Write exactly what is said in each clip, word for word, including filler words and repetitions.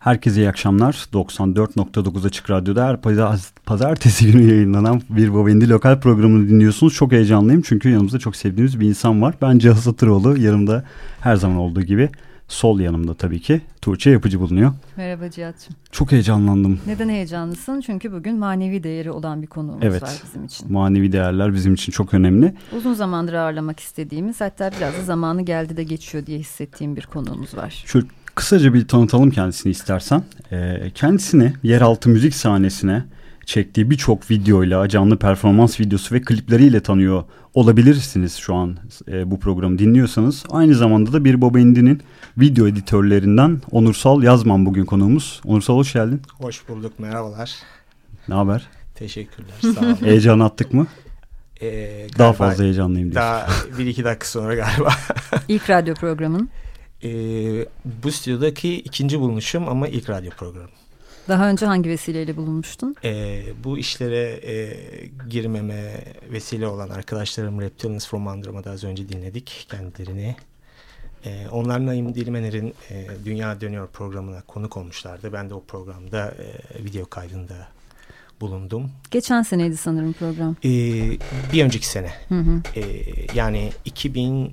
Herkese iyi akşamlar. doksan dört nokta dokuz Açık Radyo'da her pazar, pazartesi günü yayınlanan Bir Baba İndi lokal programını dinliyorsunuz. Çok heyecanlıyım çünkü yanımızda çok sevdiğimiz bir insan var. Ben Cihaz Hatıroğlu. Yanımda her zaman olduğu gibi sol yanımda tabii ki Tuğçe Yapıcı bulunuyor. Merhaba Cihat'cığım. Çok heyecanlandım. Neden heyecanlısın? Çünkü bugün manevi değeri olan bir konuğumuz evet, var bizim için. Manevi değerler bizim için çok önemli. Uzun zamandır ağırlamak istediğimiz, hatta biraz da zamanı geldi de geçiyor diye hissettiğim bir konuğumuz var. Şu kısaca bir tanıtalım kendisini istersen. Ee, kendisini yeraltı müzik sahnesine çektiği birçok videoyla, canlı performans videosu ve klipleriyle tanıyor olabilirsiniz şu an e, bu programı dinliyorsanız. Aynı zamanda da Bir Baba İndi'nin video editörlerinden Onursal Yazman bugün konuğumuz. Onursal hoş geldin. Hoş bulduk, merhabalar. Ne haber? Teşekkürler, sağ olun. Heyecan attık mı? Ee, daha fazla heyecanlıyım diyorsun. Daha bir iki dakika sonra galiba. İlk radyo programın. Ee, bu stüdyodaki ikinci bulunuşum ama ilk radyo programı. Daha önce hangi vesileyle bulunmuştun? Ee, bu işlere e, girmeme vesile olan arkadaşlarım Reptilians from Andromeda az önce dinledik kendilerini. Ee, onlar Naim Dilmener'in e, Dünya Dönüyor programına konuk olmuşlardı. Ben de o programda e, video kaydında bulundum. Geçen seneydi sanırım program. Ee, bir önceki sene. Hı hı. Ee, yani iki bin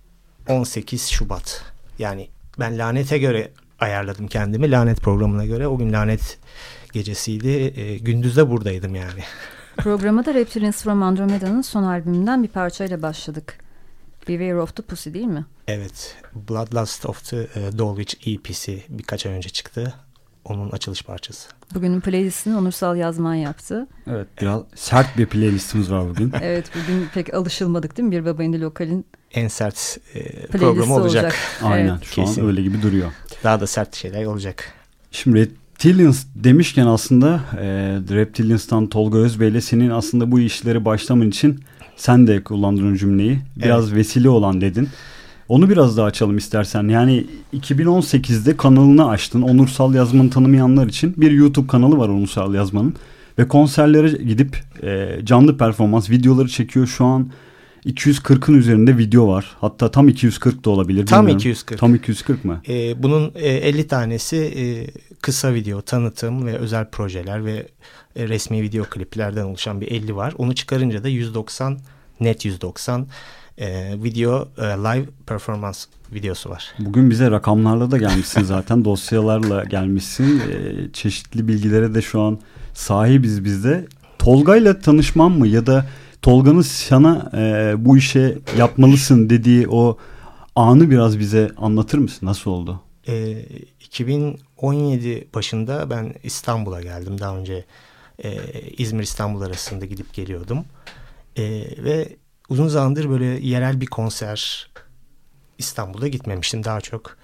on sekiz Şubat. Yani ben lanete göre ayarladım kendimi. Lanet programına göre. O gün lanet gecesiydi. E, gündüzde buradaydım yani. Programa da Reptilians from Andromeda'nın son albümünden bir parçayla başladık. Beware of the Pussy değil mi? Evet. Bloodlust of the uh, Dulwich E P'si birkaç ay önce çıktı. Onun açılış parçası. Bugünün playlistini Onursal Yazman yaptı. Evet, biraz sert bir playlistimiz var bugün. Evet, bugün pek alışılmadık değil mi? Bir Baba İndi lokalin en sert e, programı olacak. olacak. Aynen, evet. şu Kesin. an öyle gibi duruyor. Daha da sert şeyler olacak. Şimdi Reptilians demişken aslında e, Reptilians'tan Tolga Özbey'le senin aslında bu işleri başlaman için sen de kullandığın cümleyi biraz evet. vesile olan dedin. Onu biraz daha açalım istersen. Yani iki bin on sekizde kanalını açtın. Onursal Yazman'ı tanımayanlar için bir YouTube kanalı var Onursal Yazman'ın. Ve konserlere gidip e, canlı performans videoları çekiyor. Şu an iki yüz kırkın üzerinde video var. Hatta tam iki yüz kırk da olabilir. Tam bilmiyorum. iki yüz kırk. Tam iki yüz kırk mı? E, bunun e, elli tanesi e, kısa video, tanıtım ve özel projeler ve e, resmi video kliplerden oluşan bir elli var. Onu çıkarınca da yüz doksan, net yüz doksan e, video e, live performans videosu var. Bugün bize rakamlarla da gelmişsin zaten. Dosyalarla gelmişsin. E, çeşitli bilgilere de şu an sahibiz biz de. Tolga'yla tanışman mı ya da Tolga'nın sana e, bu işe yapmalısın dediği o anı biraz bize anlatır mısın? Nasıl oldu? E, iki bin on yedi başında ben İstanbul'a geldim. Daha önce e, İzmir-İstanbul arasında gidip geliyordum. E, ve uzun zamandır böyle yerel bir konser İstanbul'da gitmemiştim. Daha çok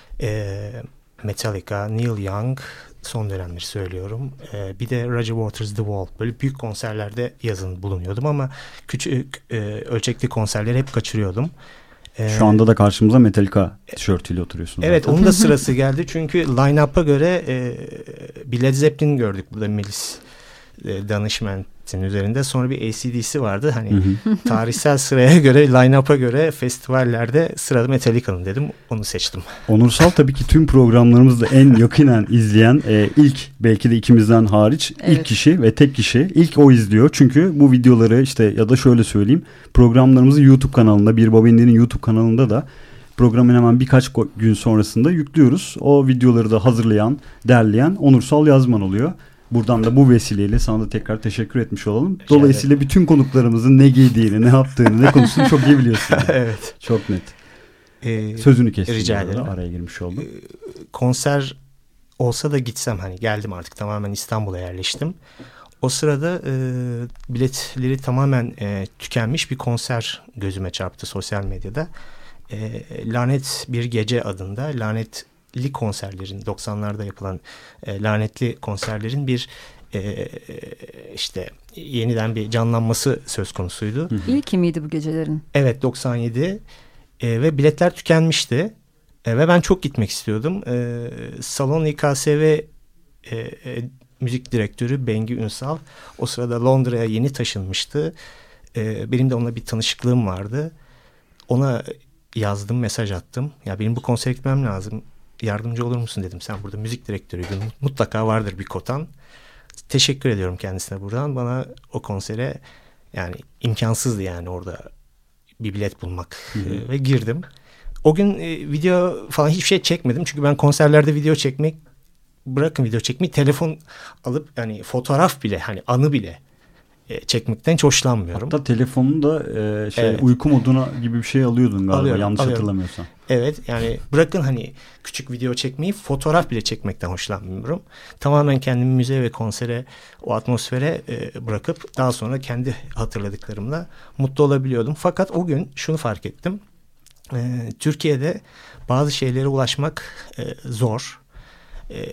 e, Metallica, Neil Young, son dönemleri söylüyorum. Ee, bir de Roger Waters The Wall. Böyle büyük konserlerde yazın bulunuyordum ama küçük e, ölçekli konserleri hep kaçırıyordum. Ee, Şu anda da karşımıza Metallica tişörtüyle oturuyorsun. Evet, zaten. onun da sırası geldi. Çünkü line-up'a göre e, bir Led Zeppelin gördük burada Melis e, danışmentin üzerinde. Sonra bir A C D C vardı. Hani hı hı. tarihsel sıraya göre, line-up'a göre festivallerde sırada Metallica'nın dedim. Onu seçtim. Onursal tabii ki tüm programlarımızda en yakinen izleyen e, ilk belki de ikimizden hariç evet. ilk kişi ve tek kişi. İlk o izliyor. Çünkü bu videoları işte ya da şöyle söyleyeyim. Programlarımızı YouTube kanalında, Bir Baba İndi'nin YouTube kanalında da programın hemen birkaç gün sonrasında yüklüyoruz. O videoları da hazırlayan, derleyen Onursal Yazman oluyor. Buradan da bu vesileyle sana da tekrar teşekkür etmiş olalım. Dolayısıyla bütün konuklarımızın ne giydiğini, ne yaptığını, ne konuştuğunu çok iyi biliyorsun. Evet. Çok net. Ee, Sözünü kestim. Rica ederim. Araya girmiş oldum. Ee, konser olsa da gitsem, hani geldim artık, tamamen İstanbul'a yerleştim. O sırada e, biletleri tamamen e, tükenmiş bir konser gözüme çarptı sosyal medyada. E, Lanet Bir Gece adında, lanetli konserlerin, doksanlarda yapılan e, lanetli konserlerin bir e, işte yeniden bir canlanması söz konusuydu. İlki miydi bu gecelerin? Evet, doksan yedi e, ve biletler tükenmişti e, ve ben çok gitmek istiyordum. E, Salon İ K S V e, e, müzik direktörü Bengi Ünsal o sırada Londra'ya yeni taşınmıştı. E, benim de onunla bir tanışıklığım vardı. Ona yazdım, mesaj attım. Ya benim bu konsere gitmem lazım. yardımcı olur musun dedim. Sen burada müzik direktörüydün. Mutlaka vardır bir kotan. Teşekkür ediyorum kendisine buradan. Bana o konsere yani imkansızdı yani orada bir bilet bulmak. Ee, ve girdim. O gün e, video falan hiçbir şey çekmedim. Çünkü ben konserlerde video çekmek, bırakın video çekmeyi, telefon alıp yani fotoğraf bile, hani anı bile e, çekmekten hiç hoşlanmıyorum. Hatta telefonunu da e, şey evet. uyku moduna gibi bir şey alıyordun galiba, alıyorum, yanlış alıyorum. hatırlamıyorsam. Evet, yani bırakın hani küçük video çekmeyi, fotoğraf bile çekmekten hoşlanmıyorum. Tamamen kendimi müziğe ve konsere, o atmosfere e, bırakıp daha sonra kendi hatırladıklarımla mutlu olabiliyordum. Fakat o gün şunu fark ettim. E, Türkiye'de bazı şeylere ulaşmak e, zor. E,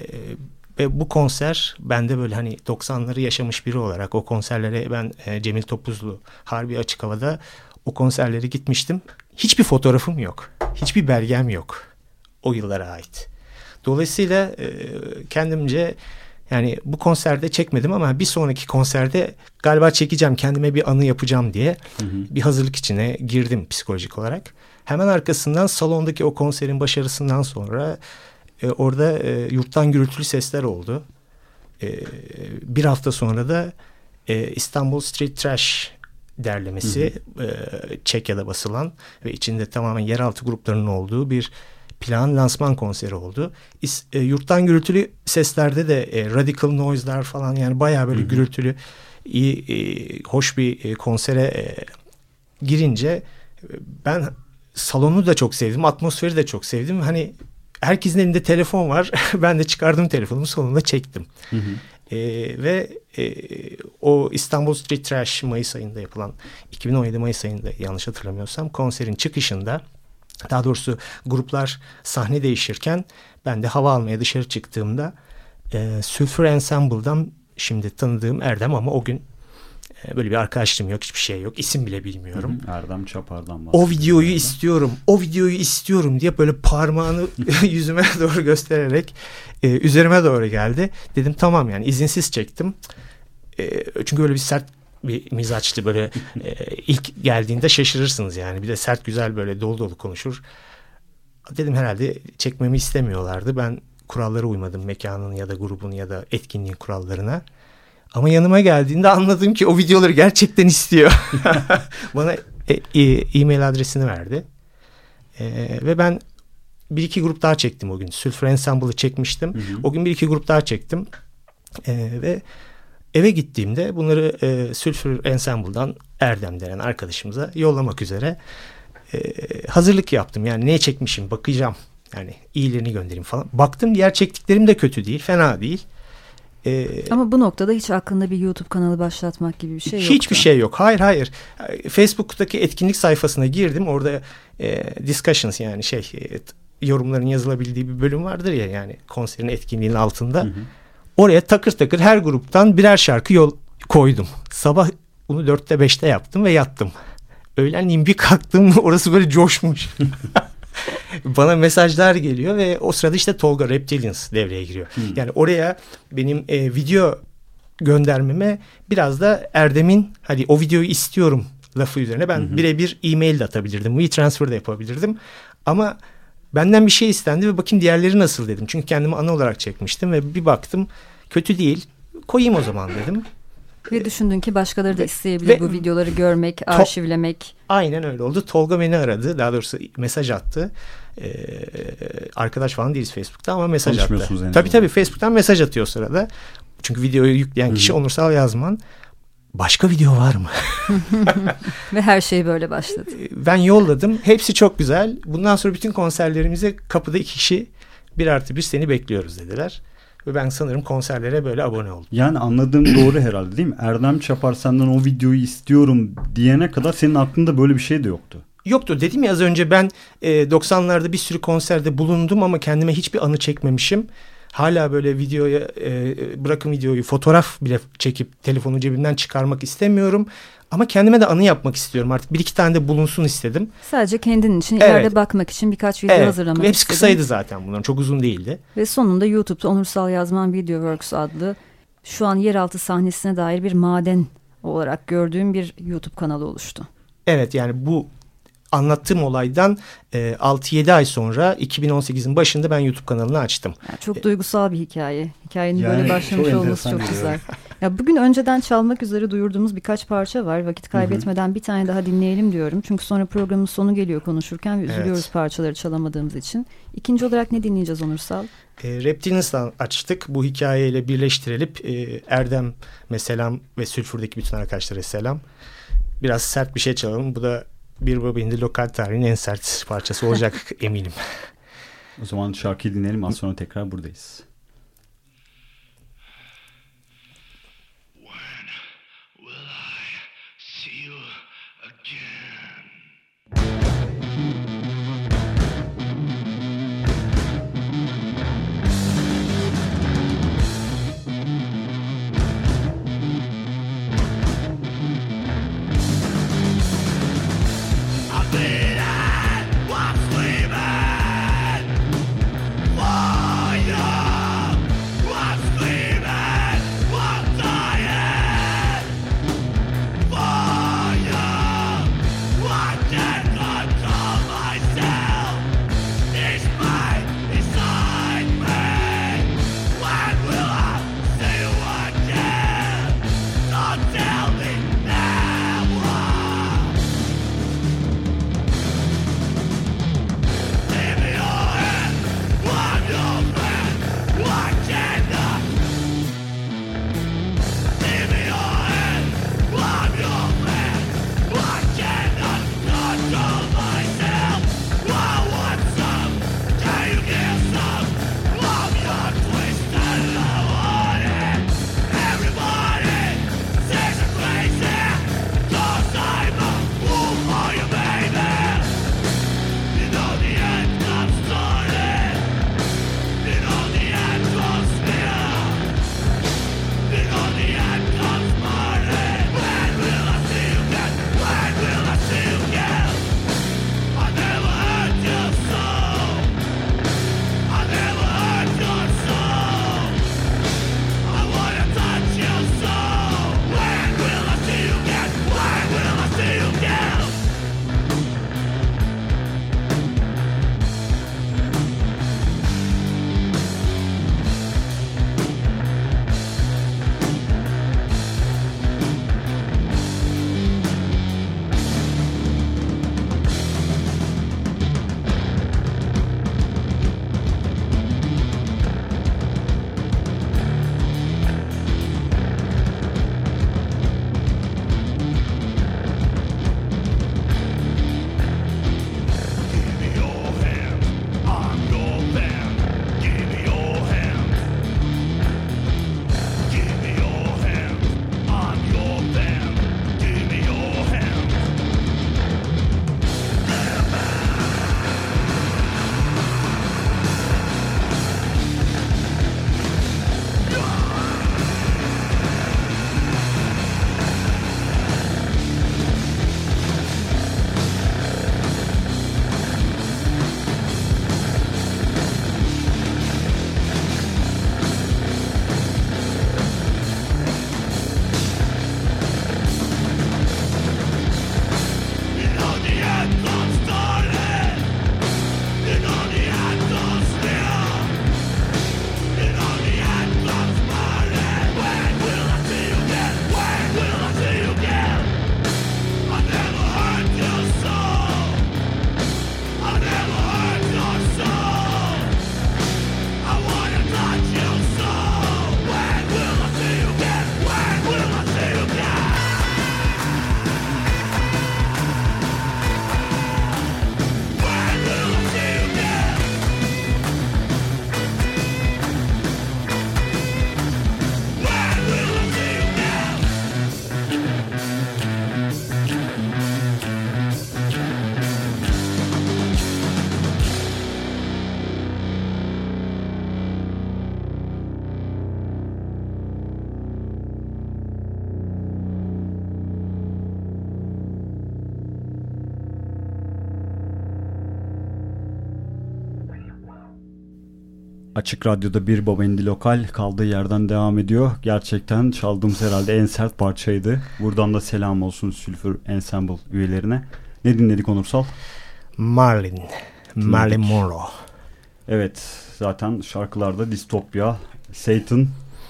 ve bu konser bende böyle hani doksanları yaşamış biri olarak, o konserlere ben e, Cemil Topuzlu Harbi Açık Hava'da o konserlere gitmiştim. Hiçbir fotoğrafım yok. Hiçbir belgem yok. O yıllara ait. Dolayısıyla e, kendimce yani bu konserde çekmedim ama bir sonraki konserde galiba çekeceğim, kendime bir anı yapacağım diye hı hı. bir hazırlık içine girdim psikolojik olarak. Hemen arkasından salondaki o konserin başarısından sonra e, orada e, yurttan gürültülü sesler oldu. E, bir hafta sonra da e, İstanbul Street Trash derlemesi hı hı. E, Çekya'da basılan ve içinde tamamen yeraltı gruplarının olduğu bir plan lansman konseri oldu. İs, e, yurttan gürültülü seslerde de e, Radical Noise'lar falan, yani bayağı böyle hı hı. gürültülü iyi e, hoş bir e, konsere e, girince e, ben salonu da çok sevdim, atmosferi de çok sevdim. Hani herkesin elinde telefon var. Ben de çıkardım telefonumu, salonda çektim. Hı hı. E, ve e, o İstanbul Street Trash Mayıs ayında yapılan, iki bin on yedi Mayıs ayında yanlış hatırlamıyorsam, konserin çıkışında, daha doğrusu gruplar sahne değişirken ben de hava almaya dışarı çıktığımda e, Sulfur Ensemble'dan şimdi tanıdığım Erdem, ama o gün e, böyle bir arkadaşlığım yok, hiçbir şey yok, isim bile bilmiyorum. Hı hı, Erdem Çapar'dan o videoyu Erdem. istiyorum, o videoyu istiyorum diye böyle parmağını yüzüme doğru göstererek e, üzerime doğru geldi. Dedim tamam, yani izinsiz çektim. E, çünkü öyle bir sert bir mizaçlı, böyle e, ilk geldiğinde şaşırırsınız yani. Bir de sert, güzel, böyle dolu dolu konuşur. Dedim herhalde çekmemi istemiyorlardı. Ben kurallara uymadım, mekanın ya da grubun ya da etkinliğin kurallarına. Ama yanıma geldiğinde anladım ki o videoları gerçekten istiyor. Bana e, e, e-mail adresini verdi. E, ve ben bir iki grup daha çektim o gün. Sulfur Ensemble'ı çekmiştim. Hı hı. O gün bir iki grup daha çektim. E, ve eve gittiğimde bunları e, Sulfur Ensemble'dan Erdem denen arkadaşımıza yollamak üzere e, hazırlık yaptım. Yani neye çekmişim bakacağım. Yani iyilerini göndereyim falan. Baktım diğer çektiklerim de kötü değil, fena değil. Ee, Ama bu noktada hiç aklında bir YouTube kanalı başlatmak gibi bir şey yok. Hiçbir şey yok. Hayır hayır. Facebook'taki etkinlik sayfasına girdim. Orada e, discussions, yani şey e, yorumların yazılabildiği bir bölüm vardır ya, yani konserin etkinliğinin altında. Hı hı. Oraya takır takır her gruptan birer şarkı yol koydum. Sabah bunu dörtte beşte yaptım ve yattım. Öğlenleyin bir kalktım, orası böyle coşmuş. Bana mesajlar geliyor ve o sırada işte Tolga Reptilians devreye giriyor. Hmm. Yani oraya benim e, video göndermeme biraz da Erdem'in hadi o videoyu istiyorum lafı üzerine ben hmm. birebir e-mail de atabilirdim. WeTransfer de yapabilirdim. Ama benden bir şey istendi ve bakayım diğerleri nasıl dedim. Çünkü kendimi ana olarak çekmiştim ve bir baktım kötü değil. Koyayım o zaman dedim. Ve düşündün ki başkaları da isteyebilir ve, bu videoları görmek, arşivlemek. Aynen öyle oldu. Tolga beni aradı. Daha doğrusu mesaj attı. Ee, arkadaş falan değiliz Facebook'ta ama mesaj attı. Tabii tabii Facebook'tan mesaj atıyor o sırada. Çünkü videoyu yükleyen Hı-hı. kişi Onursal Yazman. Başka video var mı? Ve her şey böyle başladı. Ben yolladım. Hepsi çok güzel. Bundan sonra bütün konserlerimize kapıda iki kişi bir artı bir seni bekliyoruz dediler. Ve ben sanırım konserlere böyle abone oldum. Yani anladığım doğru herhalde değil mi? Erdem Çapar senden o videoyu istiyorum diyene kadar senin aklında böyle bir şey de yoktu. Yoktu. Dedim ya az önce, ben e, doksanlarda bir sürü konserde bulundum ama kendime hiçbir anı çekmemişim. Hala böyle videoya e, bırakın videoyu, fotoğraf bile çekip telefonu cebimden çıkarmak istemiyorum. Ama kendime de anı yapmak istiyorum artık. Bir iki tane de bulunsun istedim. Sadece kendin için, evet. ileride bakmak için birkaç video evet. hazırlamak Hepsi istedim. kısaydı zaten bunların. Çok uzun değildi. Ve sonunda YouTube'da Onursal Yazman Videoworks adlı, şu an yeraltı sahnesine dair bir maden olarak gördüğüm bir YouTube kanalı oluştu. Evet, yani bu anlattığım olaydan e, altı yedi ay sonra iki bin on sekizin başında ben YouTube kanalını açtım. Yani çok duygusal bir hikaye. Hikayenin yani böyle başlamış çok olması çok güzel. Ya bugün önceden çalmak üzere duyurduğumuz birkaç parça var. Vakit kaybetmeden hı hı. bir tane daha dinleyelim diyorum. Çünkü sonra programın sonu geliyor konuşurken ve üzülüyoruz evet. parçaları çalamadığımız için. İkinci olarak ne dinleyeceğiz Onursal? E, Reptilians'tan açtık. Bu hikayeyle birleştirilip e, Erdem'e selam ve Sülfür'deki bütün arkadaşlara selam. Biraz sert bir şey çalalım. Bu da Bir Baba Indi lokal tarihin en sert parçası olacak eminim. O zaman şarkıyı dinleyelim. Az sonra tekrar buradayız. Açık Radyo'da Bir Baba Indi Lokal kaldığı yerden devam ediyor. Gerçekten çaldığımız herhalde en sert parçaydı. Buradan da selam olsun Sülfür Ensemble üyelerine. Ne dinledik Onursal? Marilyn. Marilyn Monroe. Evet, zaten şarkılarda distopya, Satan,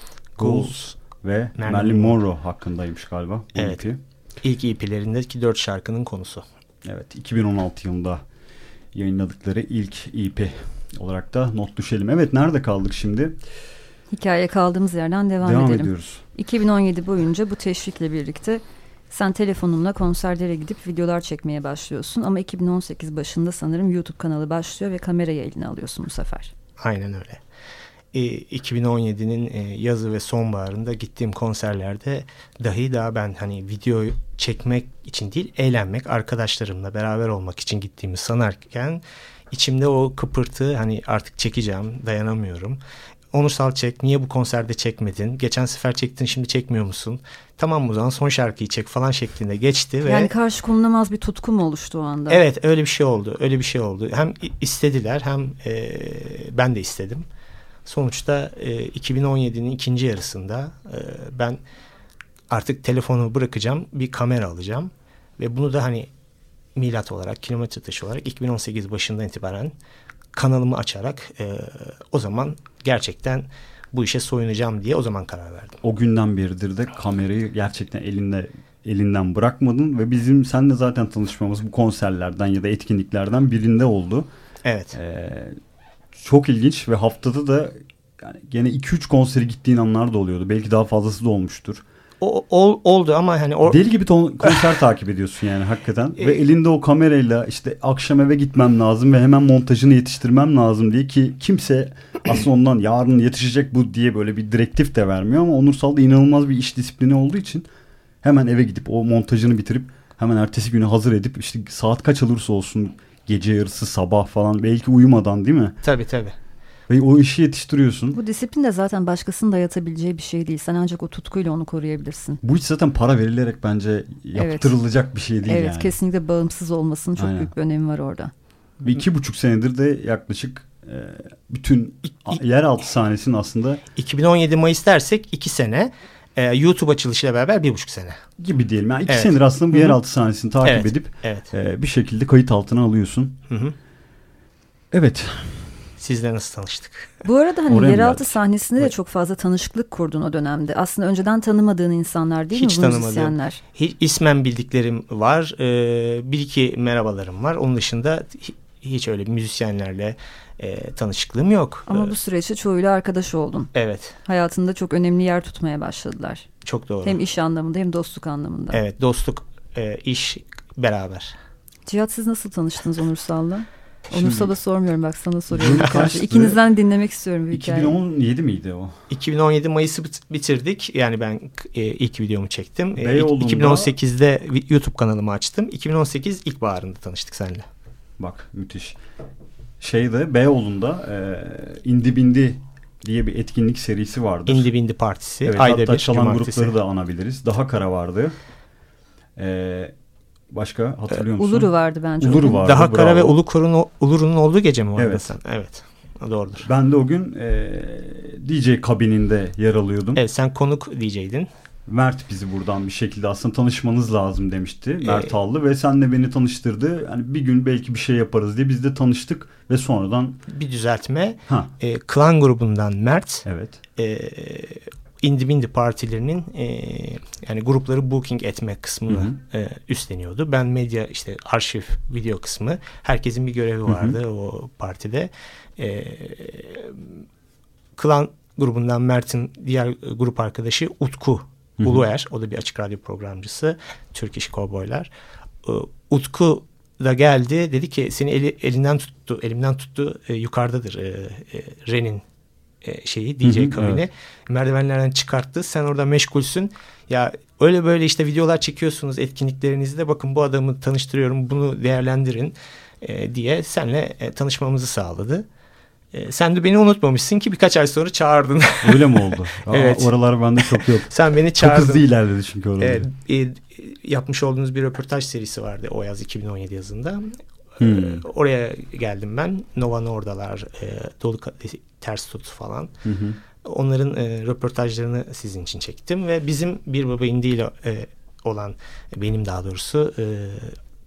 Ghouls ve Marilyn, Marilyn Monroe hakkındaymış galiba. Evet. E P. İlk E P'lerindeki dört şarkının konusu. Evet, iki bin on altı yılında yayınladıkları ilk E P olarak da not düşelim. Evet, nerede kaldık şimdi? Hikaye kaldığımız yerden devam, devam edelim. ediyoruz. iki bin on yedi boyunca bu teşvikle birlikte sen telefonunla konserlere gidip videolar çekmeye başlıyorsun. Ama iki bin on sekiz başında sanırım YouTube kanalı başlıyor ve kamerayı eline alıyorsun bu sefer. Aynen öyle. E, iki bin on yedinin e, yazı ve sonbaharında gittiğim konserlerde dahi daha ben hani video çekmek için değil, eğlenmek, arkadaşlarımla beraber olmak için gittiğimi sanarken içimde o kıpırtı, hani artık çekeceğim, dayanamıyorum. Onursal çek, niye bu konserde çekmedin? Geçen sefer çektin, şimdi çekmiyor musun? Tamam, o zaman son şarkıyı çek falan şeklinde geçti. Ve yani karşı konulamaz bir tutku mu oluştu o anda? Evet, öyle bir şey oldu. Öyle bir şey oldu. Hem istediler hem e, ben de istedim. Sonuçta e, iki bin on yedinin ikinci yarısında e, ben artık telefonu bırakacağım, bir kamera alacağım. Ve bunu da hani milat olarak, kilometre taşı olarak iki bin on sekiz başından itibaren kanalımı açarak e, o zaman gerçekten bu işe soyunacağım diye o zaman karar verdim. O günden beridir de kamerayı gerçekten elinde elinden bırakmadın ve bizim seninle zaten tanışmamız bu konserlerden ya da etkinliklerden birinde oldu. Evet. Ee, çok ilginç ve haftada da yani gene iki üç konsere gittiğin anlar da oluyordu. Belki daha fazlası da olmuştur. O, ol, oldu ama hani or- deli gibi ton- konser takip ediyorsun yani hakikaten ve elinde o kamerayla işte akşam eve gitmem lazım ve hemen montajını yetiştirmem lazım diye, ki kimse aslında ondan yarın yetişecek bu diye böyle bir direktif de vermiyor ama Onursal'da inanılmaz bir iş disiplini olduğu için hemen eve gidip o montajını bitirip hemen ertesi güne hazır edip işte saat kaç olursa olsun, gece yarısı, sabah falan, belki uyumadan, değil mi? Tabii tabii. Ve o işi yetiştiriyorsun. Bu disiplin de zaten başkasının dayatabileceği bir şey değil. Sen ancak o tutkuyla onu koruyabilirsin. Bu iş zaten para verilerek bence yaptırılacak evet. bir şey değil evet, yani. Evet, kesinlikle bağımsız olmasının çok Aynen. büyük bir önemi var orada. Ve iki buçuk senedir de yaklaşık e, bütün İ, yeraltı sahnesinin aslında... iki bin on yedi Mayıs dersek iki sene. E, YouTube açılışıyla beraber bir buçuk sene. Gibi diyelim. Yani iki evet. senedir aslında bu yeraltı sahnesini takip evet. edip evet. E, bir şekilde kayıt altına alıyorsun. Hı hı. Evet. Sizle nasıl tanıştık? Bu arada hani Oraya yeraltı sahnesinde evet. de çok fazla tanışıklık kurdun o dönemde. Aslında önceden tanımadığın insanlar değil Hiç mi bu tanımadım. müzisyenler? Hiç ismen bildiklerim var. Ee, bir iki merhabalarım var. Onun dışında hiç öyle müzisyenlerle e, tanışıklığım yok. Ama ee, bu süreçte çoğuyla arkadaş oldun. Evet. Hayatında çok önemli yer tutmaya başladılar. Çok doğru. Hem iş anlamında hem dostluk anlamında. Evet, dostluk, e, iş beraber. Cihat, siz nasıl tanıştınız Onursal'la? Şimdi, Onursal'a sormuyorum, bak sana soruyorum. İkinizden dinlemek istiyorum bu hikayeyi. iki bin on yedi miydi o? iki bin on yedi Mayıs'ı bitirdik. Yani ben e, ilk videomu çektim. E, Beyoğlu'nda... iki bin on sekizde YouTube kanalımı açtım. iki bin on sekiz ilkbaharında tanıştık seninle. Bak müthiş. Şeyde Beyoğlu'nda e, İndi Bindi diye bir etkinlik serisi vardır. İndi Bindi Partisi. Evet, ayda hatta bir çalan cumartesi. grupları da anabiliriz. Daha Kara vardı. Eee Başka hatırlıyor musun? Uluru vardı bence. Uluru vardı. Daha bravo. Kara ve Uluru'nun Uluru'nun olduğu gece mi vardı evet. sen? Evet. Doğrudur. Ben de o gün e, D J kabininde yer alıyordum. Evet, sen konuk D J'ydin. Mert bizi buradan bir şekilde aslında tanışmanız lazım demişti. Ee, Mert Allı ve senle beni tanıştırdı. Yani bir gün belki bir şey yaparız diye biz de tanıştık ve sonradan... Bir düzeltme. Ha. E, Klan grubundan Mert. Evet. E, Indi Bindi partilerinin e, yani grupları booking etme kısmını hı hı. E, üstleniyordu. Ben medya, işte arşiv, video kısmı. Herkesin bir görevi vardı hı hı. o partide. E, Klan grubundan Mert'in diğer grup arkadaşı Utku hı hı. Uluer. O da bir açık radyo programcısı. Türk İş Kovboylar. E, Utku da geldi. Dedi ki seni eli, elinden tuttu. Elimden tuttu. E, yukarıdadır e, e, Ren'in şeyi D J kabini. Evet. Merdivenlerden çıkarttı. Sen orada meşgulsün. Ya öyle böyle işte videolar çekiyorsunuz etkinliklerinizde. Bakın bu adamı tanıştırıyorum. Bunu değerlendirin e, diye senle e, tanışmamızı sağladı. E, sen de beni unutmamışsın ki birkaç ay sonra çağırdın. Öyle mi oldu? Aa, evet. Oralar bende çok yok. Sen beni çağırdın. Çok hızlı ilerledi çünkü oralar. Evet. E, yapmış olduğunuz bir röportaj serisi vardı o yaz iki bin on yedi yazında. Hmm. E, oraya geldim ben. Nova Nordalar, e, Dolu Ters Tut falan. Hı hı. Onların e, röportajlarını sizin için çektim ve bizim Bir Baba İndi ile e, olan, benim daha doğrusu e,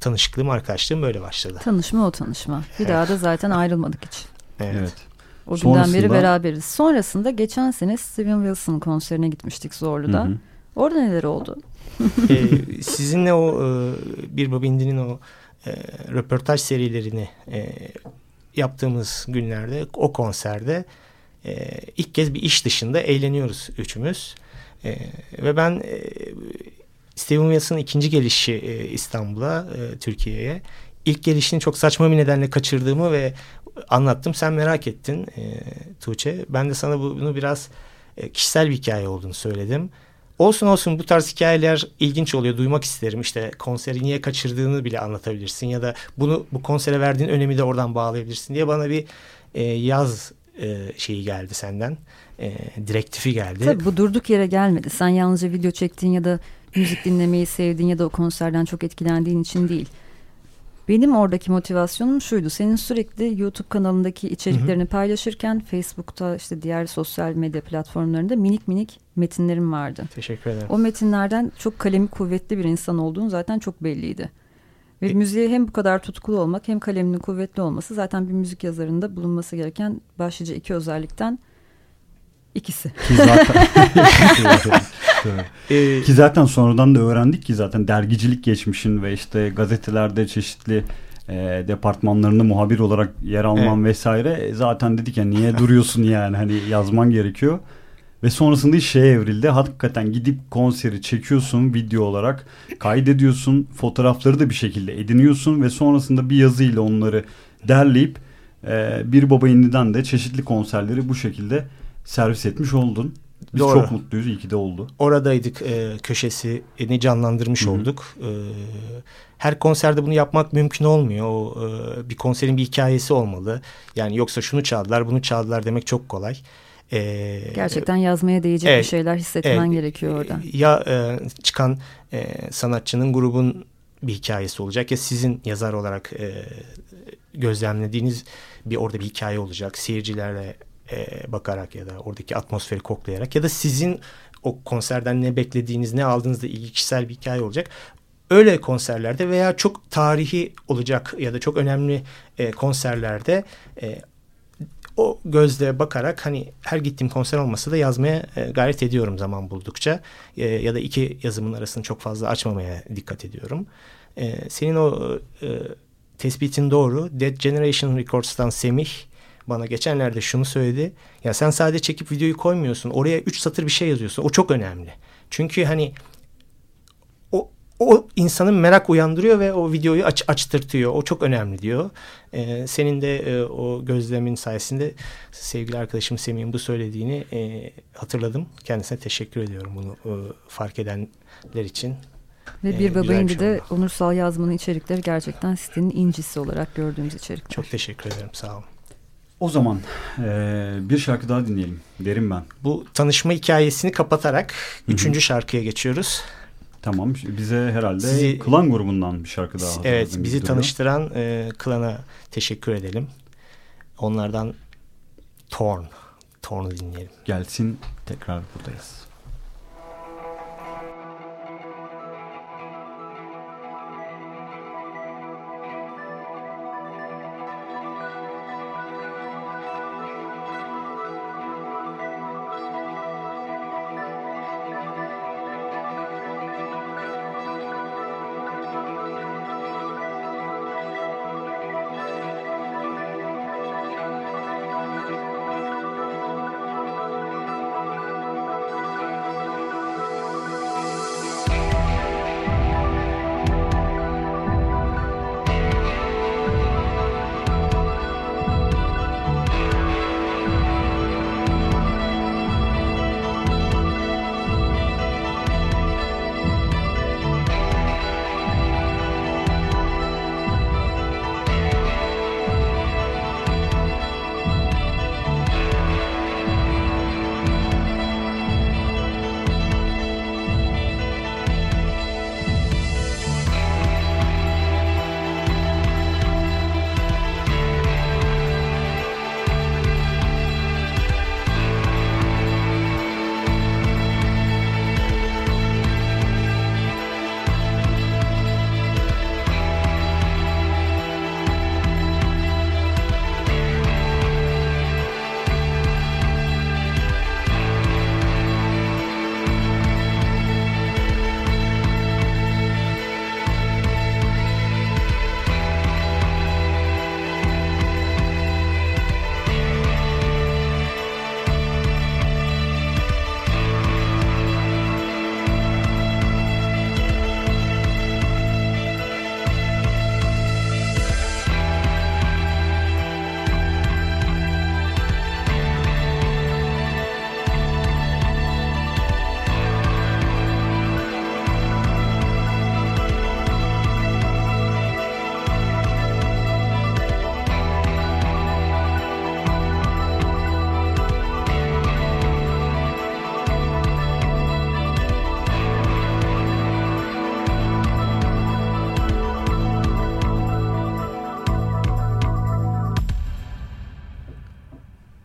tanışıklığım, arkadaşlığım böyle başladı. Tanışma o tanışma. Bir evet. daha da zaten ayrılmadık hiç. Evet. evet. O günden Sonrasında... beri beraberiz. Sonrasında geçen sene Steven Wilson konserine gitmiştik Zorlu'da. Hı hı. Orada neler oldu? ee, sizinle o e, Bir Baba Indi'nin o e, röportaj serilerini e, yaptığımız günlerde, o konserde e, ilk kez bir iş dışında eğleniyoruz üçümüz. E, ve ben e, Steven Wilson'ın ikinci gelişi e, İstanbul'a, e, Türkiye'ye. İlk gelişini çok saçma bir nedenle kaçırdığımı ve anlattım. Sen merak ettin e, Tuğçe. Ben de sana bunu biraz e, kişisel bir hikaye olduğunu söyledim. Olsun olsun, bu tarz hikayeler ilginç oluyor. Duymak isterim. İşte konseri niye kaçırdığını bile anlatabilirsin. Ya da bunu bu konsere verdiğin önemi de oradan bağlayabilirsin diye bana bir e, yaz e, şeyi geldi senden. E, direktifi geldi. Tabii bu durduk yere gelmedi. Sen yalnızca video çektiğin ya da müzik dinlemeyi sevdiğin ya da o konserden çok etkilendiğin için değil. Benim oradaki motivasyonum şuydu. Senin sürekli YouTube kanalındaki içeriklerini hı hı. paylaşırken Facebook'ta, işte diğer sosyal medya platformlarında minik minik metinlerim vardı. Teşekkür ederim. O metinlerden çok kalemi kuvvetli bir insan olduğun zaten çok belliydi. Ve e- müziğe hem bu kadar tutkulu olmak hem kaleminin kuvvetli olması zaten bir müzik yazarında bulunması gereken başlıca iki özellikten ikisi. Ki zaten, ki zaten sonradan da öğrendik ki zaten dergicilik geçmişin ve işte gazetelerde çeşitli e, departmanlarında muhabir olarak yer alman evet. vesaire, zaten dedik ya niye duruyorsun yani, hani yazman gerekiyor. Ve sonrasında iş şeye evrildi. Hakikaten gidip konseri çekiyorsun, video olarak kaydediyorsun, fotoğrafları da bir şekilde ediniyorsun ve sonrasında bir yazıyla onları derleyip e, Bir Baba Indi'den de çeşitli konserleri bu şekilde servis etmiş oldun. Biz Doğru. çok mutluyuz. İyi ki de oldu. Oradaydık. E, köşesini canlandırmış Hı-hı. olduk. E, her konserde bunu yapmak mümkün olmuyor. O e, bir konserin bir hikayesi olmalı. Yani yoksa şunu çaldılar, bunu çaldılar demek çok kolay. E, Gerçekten yazmaya değecek evet, bir şeyler hissetmen evet, gerekiyor orada. Ya e, çıkan e, sanatçının, grubun bir hikayesi olacak ya sizin yazar olarak e, gözlemlediğiniz bir orada bir hikaye olacak. Seyircilerle E, bakarak ya da oradaki atmosferi koklayarak ya da sizin o konserden ne beklediğiniz, ne aldığınızla ilgili kişisel bir hikaye olacak. Öyle konserlerde veya çok tarihi olacak ya da çok önemli e, konserlerde e, o gözle bakarak, hani her gittiğim konser olmasa da yazmaya e, gayret ediyorum zaman buldukça. E, ya da iki yazımın arasını çok fazla açmamaya dikkat ediyorum. E, senin o e, tespitin doğru. Dead Generation Records'tan Semih bana geçenlerde şunu söyledi. Ya sen sadece çekip videoyu koymuyorsun. Oraya üç satır bir şey yazıyorsun. O çok önemli. Çünkü hani o, o insanın merak uyandırıyor ve o videoyu aç, açtırtıyor. O çok önemli diyor. Ee, senin de e, o gözlemin sayesinde sevgili arkadaşım Semih'in bu söylediğini e, hatırladım. Kendisine teşekkür ediyorum bunu e, fark edenler için. Ve Bir Baba Indi'de Onursal Yazman'ın içerikleri gerçekten sitenin incisi olarak gördüğümüz içerikler. Çok teşekkür ederim. Sağ olun. O zaman e, bir şarkı daha dinleyelim derim ben. Bu tanışma hikayesini kapatarak Hı-hı. üçüncü şarkıya geçiyoruz. Tamam, bize herhalde Sizi, Klan grubundan bir şarkı daha. Evet, bizi duruyor. tanıştıran e, Klan'a teşekkür edelim. Onlardan Torn, Torn'u dinleyelim. Gelsin, tekrar buradayız.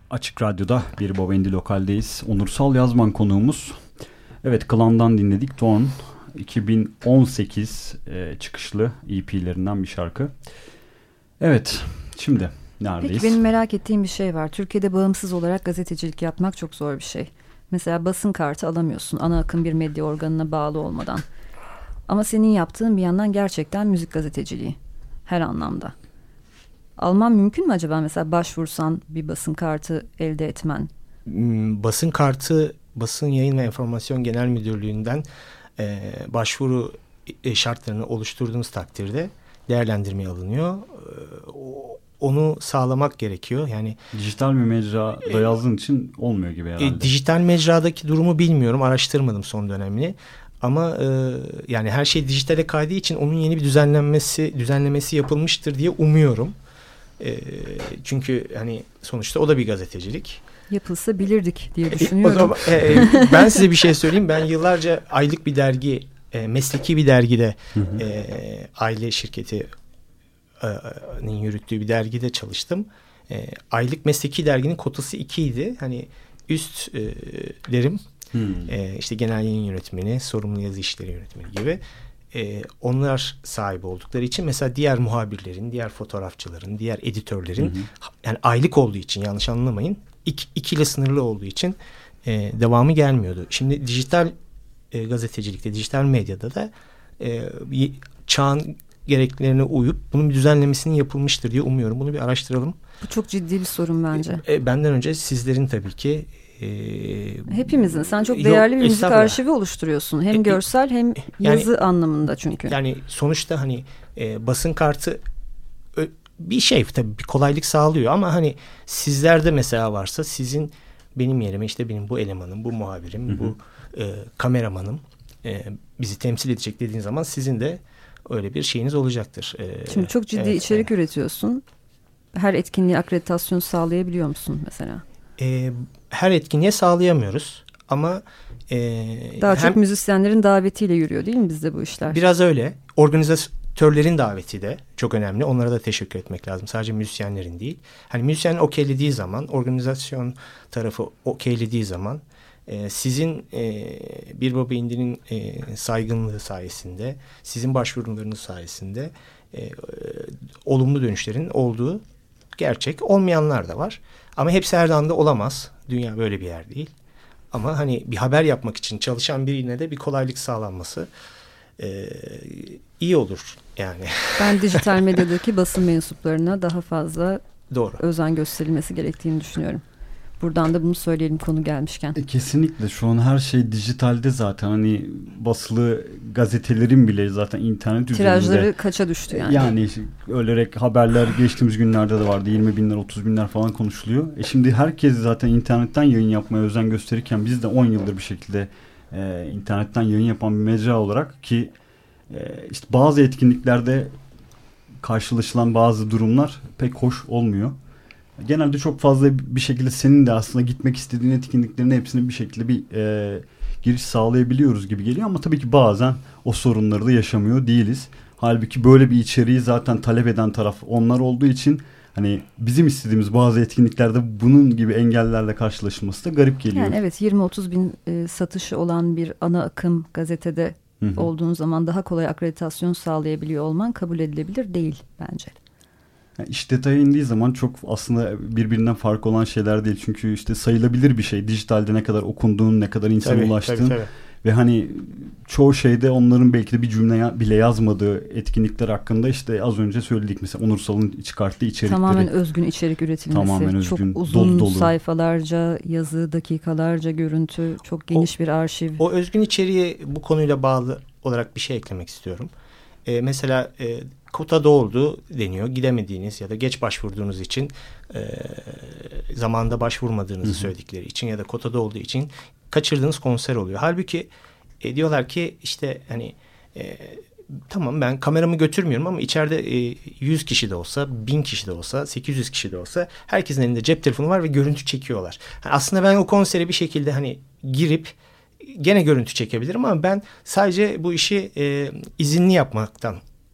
Açık Radyo'da Bir Baba İndi Lokal'deyiz. Onursal Yazman konuğumuz. Evet, Klan'dan dinledik. Torn iki bin on sekiz e, çıkışlı E P'lerinden bir şarkı. Evet, şimdi neredeyiz? Peki benim merak ettiğim bir şey var. Türkiye'de bağımsız olarak gazetecilik yapmak çok zor bir şey. Mesela basın kartı alamıyorsun ana akım bir medya organına bağlı olmadan. Ama senin yaptığın bir yandan gerçekten müzik gazeteciliği. Her anlamda. Alman mümkün mü acaba, mesela başvursan bir basın kartı elde etmen? Basın kartı Basın Yayın ve Enformasyon Genel Müdürlüğü'nden e, başvuru şartlarını oluşturduğunuz takdirde değerlendirmeye alınıyor. E, onu sağlamak gerekiyor. Yani dijital bir mecrada e, yazdığın için olmuyor gibi herhalde. E, dijital mecradaki durumu bilmiyorum. Araştırmadım son dönemini. Ama e, yani her şey dijitale kaydığı için onun yeni bir düzenlenmesi düzenlemesi yapılmıştır diye umuyorum. E, çünkü hani sonuçta o da bir gazetecilik. Yapılsa bilirdik diye düşünüyorum. O zaman, e, e, ben size bir şey söyleyeyim. Ben yıllarca aylık bir dergi, e, mesleki bir dergide, hı hı. E, aile şirketinin yürüttüğü bir dergide çalıştım. E, aylık mesleki derginin kotası ikiydi. Hani üstlerim, hmm. e, işte genel yayın yönetmeni, sorumlu yazı işleri yönetmeni gibi. E, onlar sahibi oldukları için mesela diğer muhabirlerin, diğer fotoğrafçıların, diğer editörlerin, hı hı. yani aylık olduğu için, yanlış anlamayın, İki, ikili sınırlı olduğu için e, devamı gelmiyordu. Şimdi dijital e, gazetecilikte, dijital medyada da e, çağın gereklilerine uyup bunun bir düzenlemesinin yapılmıştır diye umuyorum. Bunu bir araştıralım. Bu çok ciddi bir sorun bence. E, e, benden önce sizlerin tabii ki. E, Hepimizin. Sen çok değerli yok, bir müzik arşivi oluşturuyorsun. Hem e, görsel hem yazı yani, anlamında çünkü. Yani sonuçta hani e, basın kartı bir şey tabii bir kolaylık sağlıyor ama hani sizlerde mesela varsa sizin benim yerime işte benim bu elemanım, bu muhabirim, hı hı. bu e, kameramanım e, bizi temsil edecek dediğin zaman sizin de öyle bir şeyiniz olacaktır. E, Şimdi çok ciddi evet, içerik evet. üretiyorsun. Her etkinliğe akreditasyon sağlayabiliyor musun mesela? E, her etkinliğe sağlayamıyoruz ama e, daha hem, çok müzisyenlerin davetiyle yürüyor değil mi bizde bu işler? Biraz öyle. Organizasyon Organizatörlerin daveti de çok önemli. Onlara da teşekkür etmek lazım. Sadece müzisyenlerin değil. Hani müzisyen okeylediği zaman, organizasyon tarafı okeylediği zaman e, sizin e, Bir Baba İndi'nin e, saygınlığı sayesinde, sizin başvurularınız sayesinde e, e, olumlu dönüşlerin olduğu gerçek. Olmayanlar da var. Ama hepsi her anda olamaz. Dünya böyle bir yer değil. Ama hani bir haber yapmak için çalışan birine de bir kolaylık sağlanması Ee, iyi olur yani. Ben dijital medyadaki basın mensuplarına daha fazla Doğru. özen gösterilmesi gerektiğini düşünüyorum. Buradan da bunu söyleyelim konu gelmişken. E, kesinlikle şu an her şey dijitalde zaten, hani basılı gazetelerin bile zaten internet tirajları üzerinde. Tirajları kaça düştü yani? Yani ölerek haberler geçtiğimiz günlerde de vardı, yirmi binler otuz binler falan konuşuluyor. E şimdi herkes zaten internetten yayın yapmaya özen gösterirken biz de on yıldır bir şekilde Ee, internetten yayın yapan bir mecra olarak ki e, işte bazı etkinliklerde karşılaşılan bazı durumlar pek hoş olmuyor. Genelde çok fazla bir şekilde senin de aslında gitmek istediğin etkinliklerin hepsine bir şekilde bir e, giriş sağlayabiliyoruz gibi geliyor ama tabii ki bazen o sorunları da yaşamıyor değiliz. Halbuki böyle bir içeriği zaten talep eden taraf onlar olduğu için hani bizim istediğimiz bazı etkinliklerde bunun gibi engellerle karşılaşılması da garip geliyor. Yani evet, yirmi otuz bin e, satışı olan bir ana akım gazetede hı hı. olduğun zaman daha kolay akreditasyon sağlayabiliyor olman kabul edilebilir değil bence. Yani iş detaya indiği zaman çok aslında birbirinden farklı olan şeyler değil. Çünkü işte sayılabilir bir şey. Dijitalde ne kadar okunduğun, ne kadar insana ulaştığın. Tabii, tabii. Ve hani çoğu şeyde onların belki de bir cümle bile yazmadığı etkinlikler hakkında işte az önce söyledik. Mesela Onursal'ın çıkarttığı içerikleri. Tamamen özgün içerik üretilmesi. Tamamen özgün, çok uzun dolu dolu. Sayfalarca yazı, dakikalarca görüntü, çok geniş o, bir arşiv. O özgün içeriğe bu konuyla bağlı olarak bir şey eklemek istiyorum. Ee, mesela e, kota doldu deniyor. Gidemediğiniz ya da geç başvurduğunuz için e, zamanında başvurmadığınızı Hı-hı. söyledikleri için ya da kotada olduğu için kaçırdığınız konser oluyor. Halbuki e, diyorlar ki işte hani e, tamam ben kameramı götürmüyorum ama içeride e, yüz kişi de olsa, bin kişi de olsa, sekiz yüz kişi de olsa herkesin elinde cep telefonu var ve görüntü çekiyorlar. Yani aslında ben o konsere bir şekilde hani girip gene görüntü çekebilirim ama ben sadece bu işi e, izinli yapmaktan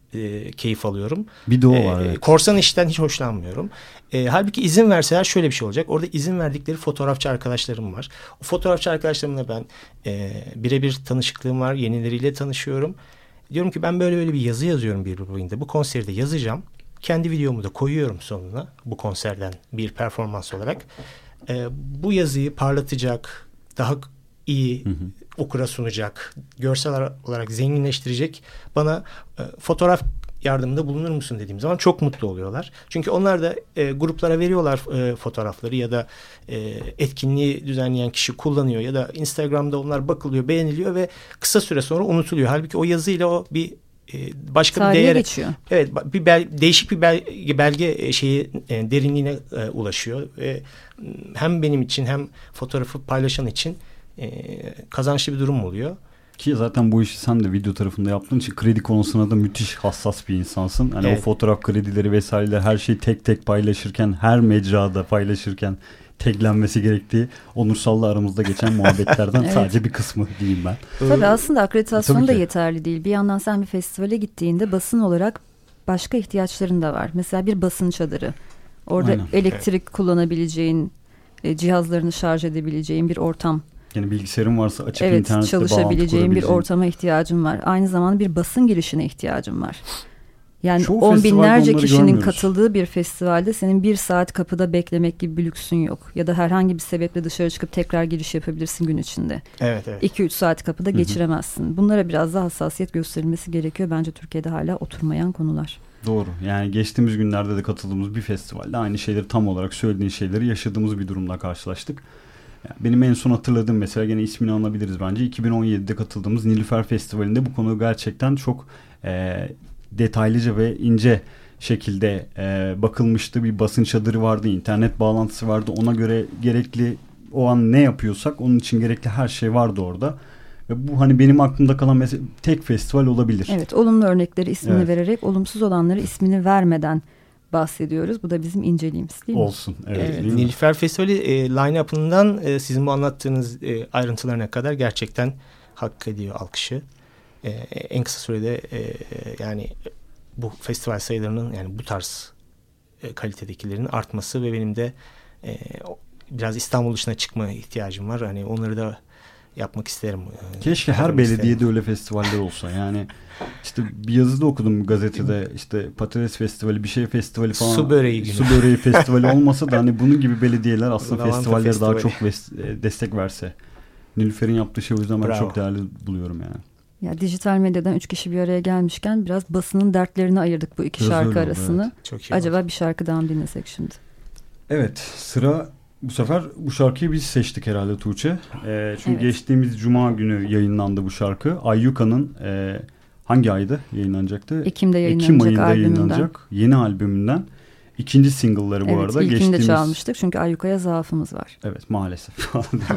e, keyif alıyorum. Bir de o e, var. Evet. Korsan işten hiç hoşlanmıyorum. E, halbuki izin verseler şöyle bir şey olacak. Orada izin verdikleri fotoğrafçı arkadaşlarım var. O fotoğrafçı arkadaşlarımla ben e, birebir tanışıklığım var. Yenileriyle tanışıyorum. Diyorum ki ben böyle böyle bir yazı yazıyorum bir boyunda. Bu konseri de yazacağım. Kendi videomu da koyuyorum sonuna. Bu konserden bir performans olarak. E, bu yazıyı parlatacak, daha iyi hı hı. okura sunacak, görsel olarak zenginleştirecek bana e, fotoğraf yardımında bulunur musun dediğim zaman çok mutlu oluyorlar. Çünkü onlar da e, gruplara veriyorlar e, fotoğrafları ya da e, etkinliği düzenleyen kişi kullanıyor ya da Instagram'da onlar bakılıyor, beğeniliyor ve kısa süre sonra unutuluyor. Halbuki o yazıyla o bir e, başka tarihe bir değere geçiyor. Evet, bir bel, değişik bir belge, belge şeyi e, derinliğine e, ulaşıyor ve hem benim için hem fotoğrafı paylaşan için e, kazançlı bir durum oluyor. Ki zaten bu işi sen de video tarafında yaptığın için kredi konusuna da müthiş hassas bir insansın. Hani evet. O fotoğraf kredileri vesaireler her şeyi tek tek paylaşırken, her mecrada paylaşırken taglenmesi gerektiği Onursal'la aramızda geçen muhabbetlerden evet. sadece bir kısmı diyeyim ben. Tabii aslında akreditasyon e, da yeterli değil. Bir yandan sen bir festivale gittiğinde basın olarak başka ihtiyaçların da var. Mesela bir basın çadırı. Orada Aynen. elektrik evet. kullanabileceğin, e, cihazlarını şarj edebileceğin bir ortam. Yani bilgisayarın varsa açıp evet, internette çalışabileceğin bir ortama ihtiyacın var. Aynı zamanda bir basın girişine ihtiyacın var. Yani Çoğu on binlerce kişinin görmüyoruz. katıldığı bir festivalde senin bir saat kapıda beklemek gibi bir lüksün yok. Ya da herhangi bir sebeple dışarı çıkıp tekrar giriş yapabilirsin gün içinde. Evet, evet. iki üç saat kapıda Hı-hı. geçiremezsin. Bunlara biraz daha hassasiyet gösterilmesi gerekiyor. Bence Türkiye'de hala oturmayan konular. Doğru. Yani geçtiğimiz günlerde de katıldığımız bir festivalde aynı şeyleri tam olarak söylediğin şeyleri yaşadığımız bir durumla karşılaştık. Benim en son hatırladığım mesela gene ismini anabiliriz bence. iki bin on yedide katıldığımız Nilüfer Festivali'nde bu konu gerçekten çok e, detaylıca ve ince şekilde e, bakılmıştı. Bir basın çadırı vardı, internet bağlantısı vardı. Ona göre gerekli o an ne yapıyorsak onun için gerekli her şey vardı orada. Ve bu hani benim aklımda kalan mesela tek festival olabilir. Evet, olumlu örnekleri ismini evet. vererek, olumsuz olanları ismini vermeden bahsediyoruz. Bu da bizim inceliğimiz değil mi? Olsun. Evet. evet. Nilüfer Festivali e, line-up'ından e, sizin bu anlattığınız e, ayrıntılarına kadar gerçekten hak ediyor alkışı. E, en kısa sürede e, yani bu festival sayılarının yani bu tarz e, kalitedekilerin artması ve benim de e, biraz İstanbul dışına çıkma ihtiyacım var. Hani onları da yapmak isterim. Keşke her belediyede isterim. Öyle festivaller olsa. Yani işte bir yazıda okudum gazetede işte patates festivali, bir şey festivali falan. Su böreği günü. Su böreği festivali olmasa da hani bunun gibi belediyeler aslında festivallere festivali. daha çok ves- destek verse. Nilüfer'in yaptığı şey o yüzden ben Bravo. çok değerli buluyorum yani. Ya dijital medyadan üç kişi bir araya gelmişken biraz basının dertlerini ayırdık bu iki biraz şarkı arasını. Oldu, evet. Acaba oldu. Bir şarkı daha mı dinlesek şimdi? Evet, sıra bu sefer bu şarkıyı biz seçtik herhalde Tuğçe. Ee, çünkü evet. geçtiğimiz Cuma günü yayınlandı bu şarkı. Ayyuka'nın e, hangi ayda yayınlanacaktı? Ekim'de yayınlanacak Ekim ayında albümünden. yayınlanacak yeni albümünden. İkinci single'ları bu evet, arada. Evet, ilkini geçtiğimiz... de çalmıştık çünkü Ayyuka'ya zaafımız var. Evet, maalesef.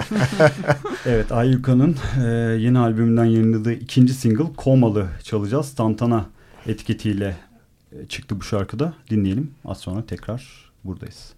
Evet, Ayyuka'nın e, yeni albümünden yayınladığı ikinci single Komalı çalacağız. Tantana etiketiyle e, çıktı bu şarkıda. Dinleyelim. Az sonra tekrar buradayız.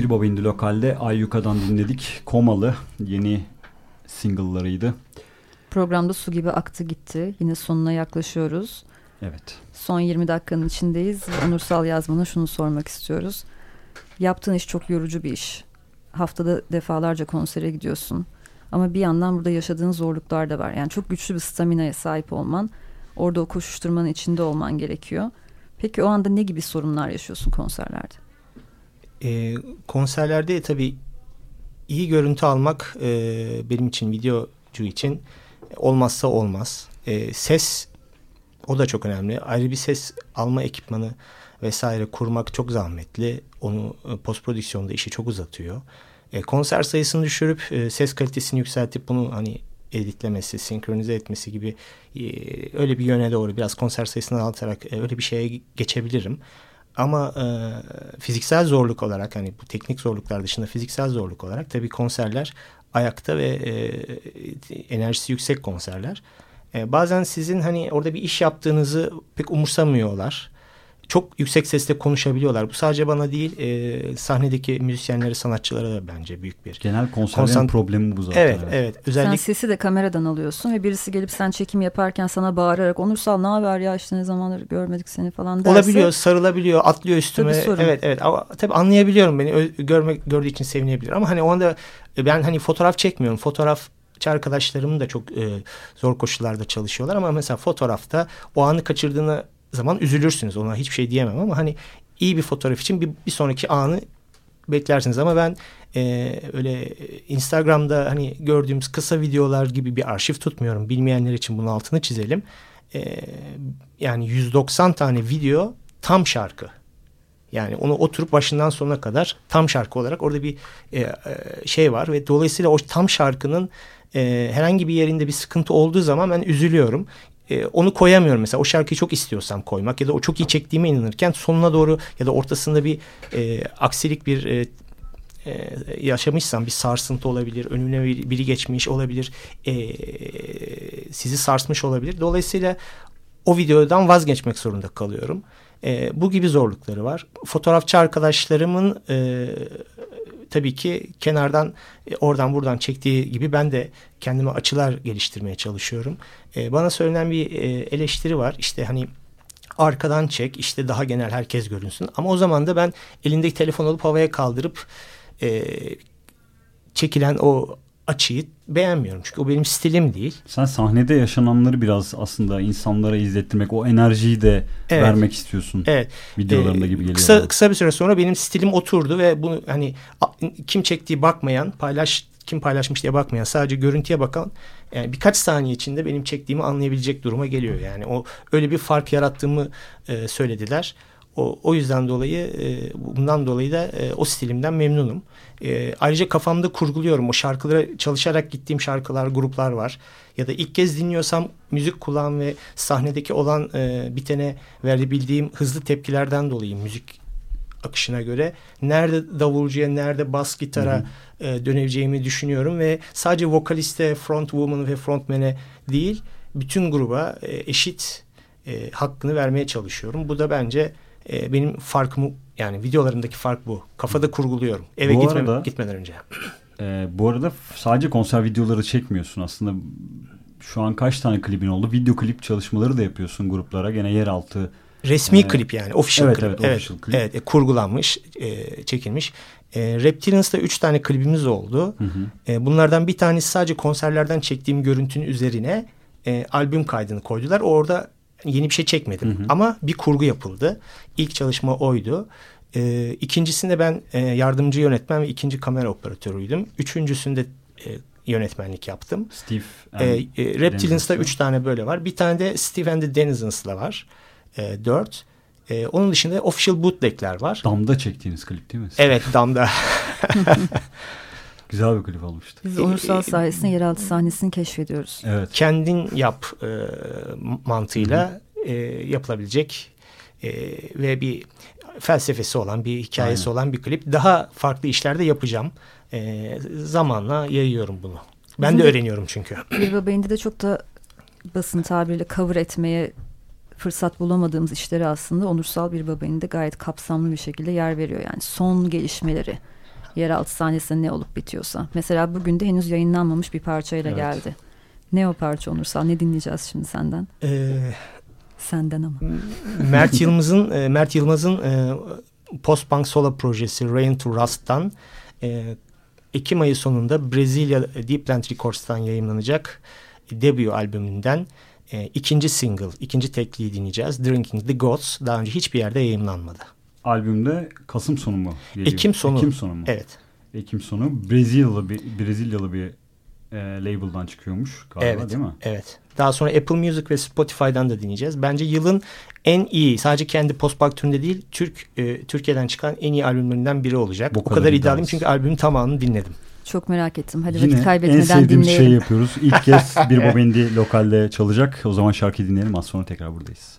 Bir Baba İndi Lokal'de Ayyuka'dan dinledik. Komalı yeni single'larıydı. Programda su gibi aktı gitti. Yine sonuna yaklaşıyoruz. Evet. Son yirmi dakikanın içindeyiz. Onursal Yazman'a şunu sormak istiyoruz. Yaptığın iş çok yorucu bir iş. Haftada defalarca konsere gidiyorsun. Ama bir yandan burada yaşadığın zorluklar da var. Yani çok güçlü bir staminaya sahip olman, orada o koşuşturmanın içinde olman gerekiyor. Peki o anda ne gibi sorunlar yaşıyorsun konserlerde? E, konserlerde tabii iyi görüntü almak e, benim için, videocu için olmazsa olmaz. E, ses, o da çok önemli. Ayrı bir ses alma ekipmanı vesaire kurmak çok zahmetli. Onu e, post prodüksiyonda işi çok uzatıyor. E, konser sayısını düşürüp e, ses kalitesini yükseltip bunu hani editlemesi, senkronize etmesi gibi e, öyle bir yöne doğru biraz konser sayısını azaltarak e, öyle bir şeye geçebilirim. Ama e, fiziksel zorluk olarak, hani bu teknik zorluklar dışında fiziksel zorluk olarak tabii konserler ayakta ve e, enerjisi yüksek konserler. E, bazen sizin hani orada bir iş yaptığınızı pek umursamıyorlar. Çok yüksek sesle konuşabiliyorlar. Bu sadece bana değil, e, sahnedeki müzisyenlere, sanatçılara da bence büyük bir... Genel konserlerin konsant- problemi bu zaten. Evet, evet. Özellikle... Sen sesi de kameradan alıyorsun ve birisi gelip sen çekim yaparken sana bağırarak Onursal ne haber ya işte ne zamandır görmedik seni falan derse... Olabiliyor, sarılabiliyor, atlıyor üstüme. Evet, evet. Ama tabii anlayabiliyorum, beni Ö- görmek gördüğü için sevinebilir. Ama hani o anda ben hani fotoğraf çekmiyorum. Fotoğrafçı arkadaşlarım da çok e, zor koşullarda çalışıyorlar ama mesela fotoğrafta o anı kaçırdığını zaman üzülürsünüz. Ona hiçbir şey diyemem ama hani iyi bir fotoğraf için bir, bir sonraki anı beklersiniz. Ama ben e, öyle Instagram'da hani gördüğümüz kısa videolar gibi bir arşiv tutmuyorum. Bilmeyenler için bunun altını çizelim. E, yani yüz doksan tane video tam şarkı. Yani onu oturup başından sonuna kadar tam şarkı olarak orada bir e, e, şey var ve dolayısıyla o tam şarkının e, herhangi bir yerinde bir sıkıntı olduğu zaman ben üzülüyorum. Ee, onu koyamıyorum mesela. O şarkıyı çok istiyorsam koymak ya da o çok iyi çektiğime inanırken sonuna doğru ya da ortasında bir e, aksilik bir e, e, yaşamışsam bir sarsıntı olabilir. Önüne biri geçmiş olabilir. E, sizi sarsmış olabilir. Dolayısıyla o videodan vazgeçmek zorunda kalıyorum. E, bu gibi zorlukları var. Fotoğrafçı arkadaşlarımın e, tabii ki kenardan e, oradan buradan çektiği gibi ben de kendime açılar geliştirmeye çalışıyorum. E, bana söylenen bir e, eleştiri var. İşte hani arkadan çek, işte daha genel herkes görünsün. Ama o zaman da ben elindeki telefon alıp havaya kaldırıp e, çekilen o açıyı beğenmiyorum. Çünkü o benim stilim değil. Sen sahnede yaşananları biraz aslında insanlara izlettirmek, o enerjiyi de evet. vermek istiyorsun. Evet. Videolarında ee, gibi geliyor. Kısa, kısa bir süre sonra benim stilim oturdu ve bunu hani kim çektiği bakmayan, paylaş kim paylaşmış diye bakmayan, sadece görüntüye bakan, yani birkaç saniye içinde benim çektiğimi anlayabilecek duruma geliyor. Yani o öyle bir fark yarattığımı e, söylediler. O, o yüzden dolayı e, bundan dolayı da e, o stilimden memnunum. E, ayrıca kafamda kurguluyorum. O şarkılara çalışarak gittiğim şarkılar, gruplar var. Ya da ilk kez dinliyorsam müzik kulağım ve sahnedeki olan e, bitene verebildiğim hızlı tepkilerden dolayı müzik akışına göre nerede davulcuya, nerede bas gitara e, döneceğimi düşünüyorum ve sadece vokaliste, front woman ve frontman'e değil, bütün gruba e, eşit e, hakkını vermeye çalışıyorum. Bu da bence e, benim farkımı, yani videolarımdaki fark bu. Kafada kurguluyorum. Eve bu gitme, arada, gitmeden önce. E, bu arada sadece konser videoları çekmiyorsun aslında. Şu an kaç tane klibin oldu? Video klip çalışmaları da yapıyorsun gruplara. Gene yeraltı. Resmi ee, klip yani. Official evet, klip. Evet, evet, official klip. Evet, e, kurgulanmış, e, çekilmiş. E, Reptilians'ta üç tane klibimiz oldu. Hı hı. E, bunlardan bir tanesi sadece konserlerden çektiğim görüntünün üzerine e, albüm kaydını koydular. Orada yeni bir şey çekmedim. Hı hı. Ama bir kurgu yapıldı. İlk çalışma oydu. E, ikincisinde ben e, yardımcı yönetmen ve ikinci kamera operatörüydüm. Üçüncüsünde e, yönetmenlik yaptım. Steve e, e, Reptilians'ta üç tane böyle var. Bir tane de Steve and the Denizens'la var. E, dört. E, onun dışında official bootleg'ler var. Damda çektiğiniz klip değil mi? Evet, Damda. Güzel bir klip olmuştu. Biz Onursal sayesinde yeraltı sahnesini keşfediyoruz. Evet. Kendin yap e, mantığıyla e, yapılabilecek e, ve bir felsefesi olan, bir hikayesi Aynen. olan bir klip. Daha farklı işlerde yapacağım. E, zamanla yayıyorum bunu. Ben Bizim de öğreniyorum çünkü. Bir Baba İndi de çok da basın tabiriyle cover etmeye fırsat bulamadığımız işleri aslında Onursal Bir Baba İndi de gayet kapsamlı bir şekilde yer veriyor. Yani son gelişmeleri yeraltı sahnesinde ne olup bitiyorsa. Mesela bugün de henüz yayınlanmamış bir parçayla evet. geldi. Ne o parça Onursal? Ne dinleyeceğiz şimdi senden? Ee, senden ama. Mert Yılmaz'ın Mert Yılmaz'ın post-punk solo projesi Rain to Rust'tan Ekim ayı sonunda Brezilya Deepland Records'tan yayınlanacak debut albümünden ikinci single, ikinci tekliği dinleyeceğiz. Drinking the Gods. Daha önce hiçbir yerde yayınlanmadı. Albümde Kasım sonu mu geliyor? Ekim sonu. Ekim sonu mu? Evet. Ekim sonu Brezilyalı bir Brezilyalı bir e, label'dan çıkıyormuş galiba evet, değil mi? Evet. Daha sonra Apple Music ve Spotify'dan da dinleyeceğiz. Bence yılın en iyi, sadece kendi post-punk türünde değil, Türk e, Türkiye'den çıkan en iyi albümlerinden biri olacak. Bu o kadar, kadar iddialıyım çünkü albümün tamamını dinledim. Çok merak ettim. Hadi Yine vakit kaybetmeden dinleyelim. Yine en sevdiğimiz dinleyelim. şeyi yapıyoruz. İlk kez bir Bobendi lokalde çalacak. O zaman şarkıyı dinleyelim. Az sonra tekrar buradayız.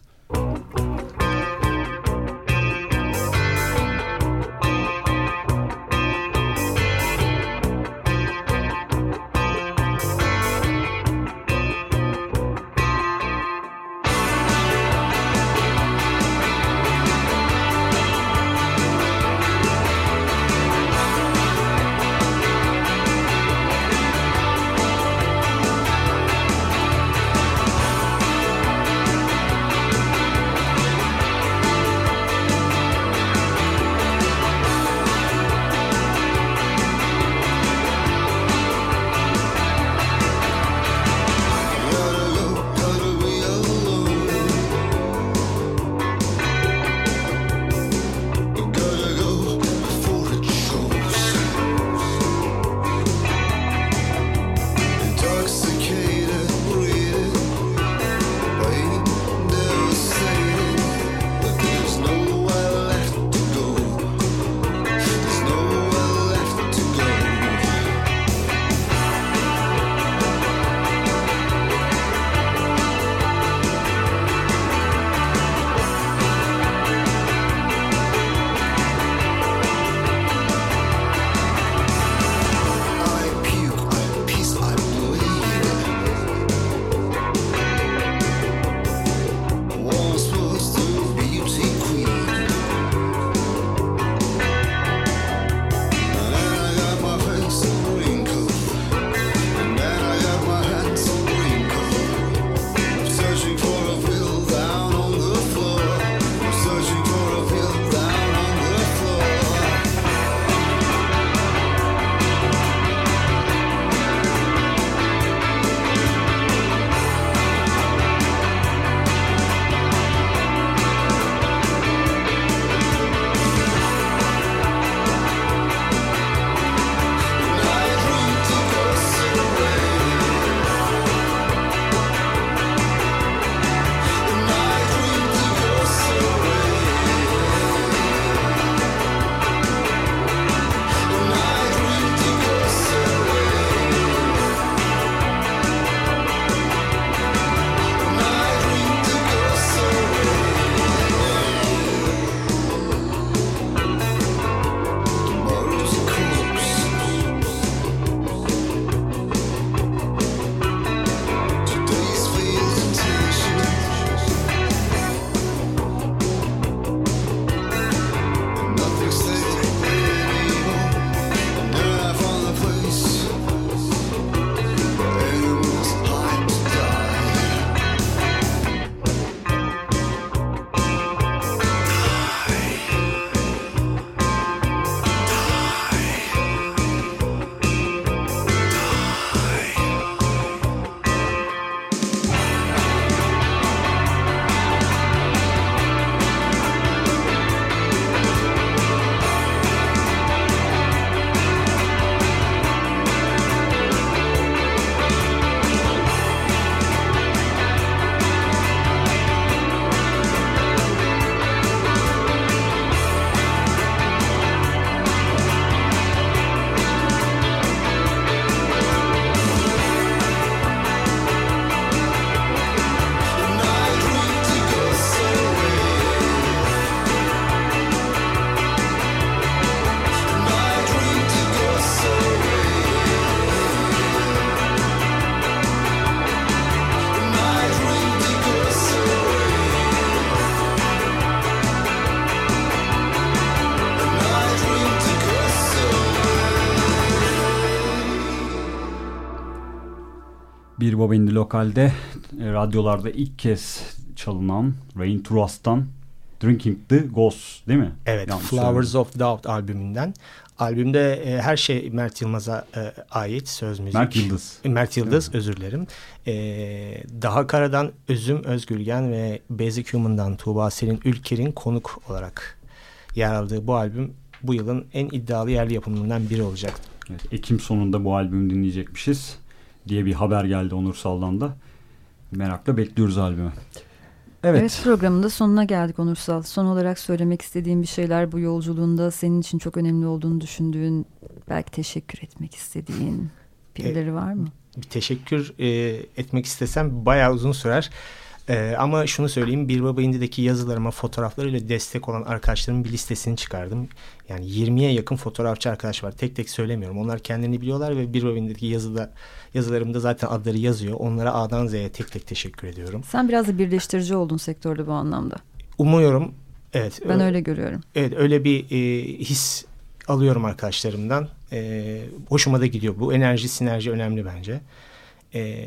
Bir Baba Indie Lokal'de e, radyolarda ilk kez çalınan Rain to Rust'tan Drinking the Ghost değil mi? Evet, Yanlış Flowers söyledim. of Doubt albümünden. Albümde e, her şey Mert Yılmaz'a e, ait, söz müzik. Mert Yıldız. Mert Yıldız, evet. Özür dilerim. E, Daha Kara'dan Özüm Özgülgen ve Basic Human'dan Tuğba Selin Ülker'in konuk olarak yer aldığı bu albüm bu yılın en iddialı yerli yapımlarından biri olacak. Evet, Ekim sonunda bu albümü dinleyecekmişiz diye bir haber geldi Onursal'dan da. Merakla bekliyoruz albümü. Evet. evet programın da sonuna geldik Onursal. Son olarak söylemek istediğin bir şeyler, bu yolculuğunda senin için çok önemli olduğunu düşündüğün, belki teşekkür etmek istediğin birileri e, var mı? Bir teşekkür e, etmek istesem bayağı uzun sürer. E, ama şunu söyleyeyim, Bir Baba Indie'deki yazılarıma fotoğraflarıyla destek olan arkadaşlarımın bir listesini çıkardım. Yani yirmiye yakın fotoğrafçı arkadaş var. Tek tek söylemiyorum. Onlar kendilerini biliyorlar ve Bir Baba Indie'deki yazıda, yazılarımda zaten adları yazıyor. Onlara A'dan Z'ye tek tek teşekkür ediyorum. Sen biraz da birleştirici oldun sektörde bu anlamda. Umuyorum. Evet. Ben öyle, öyle görüyorum. Evet, öyle bir e, his alıyorum arkadaşlarımdan. E, hoşuma da gidiyor. Bu enerji, sinerji önemli bence. E,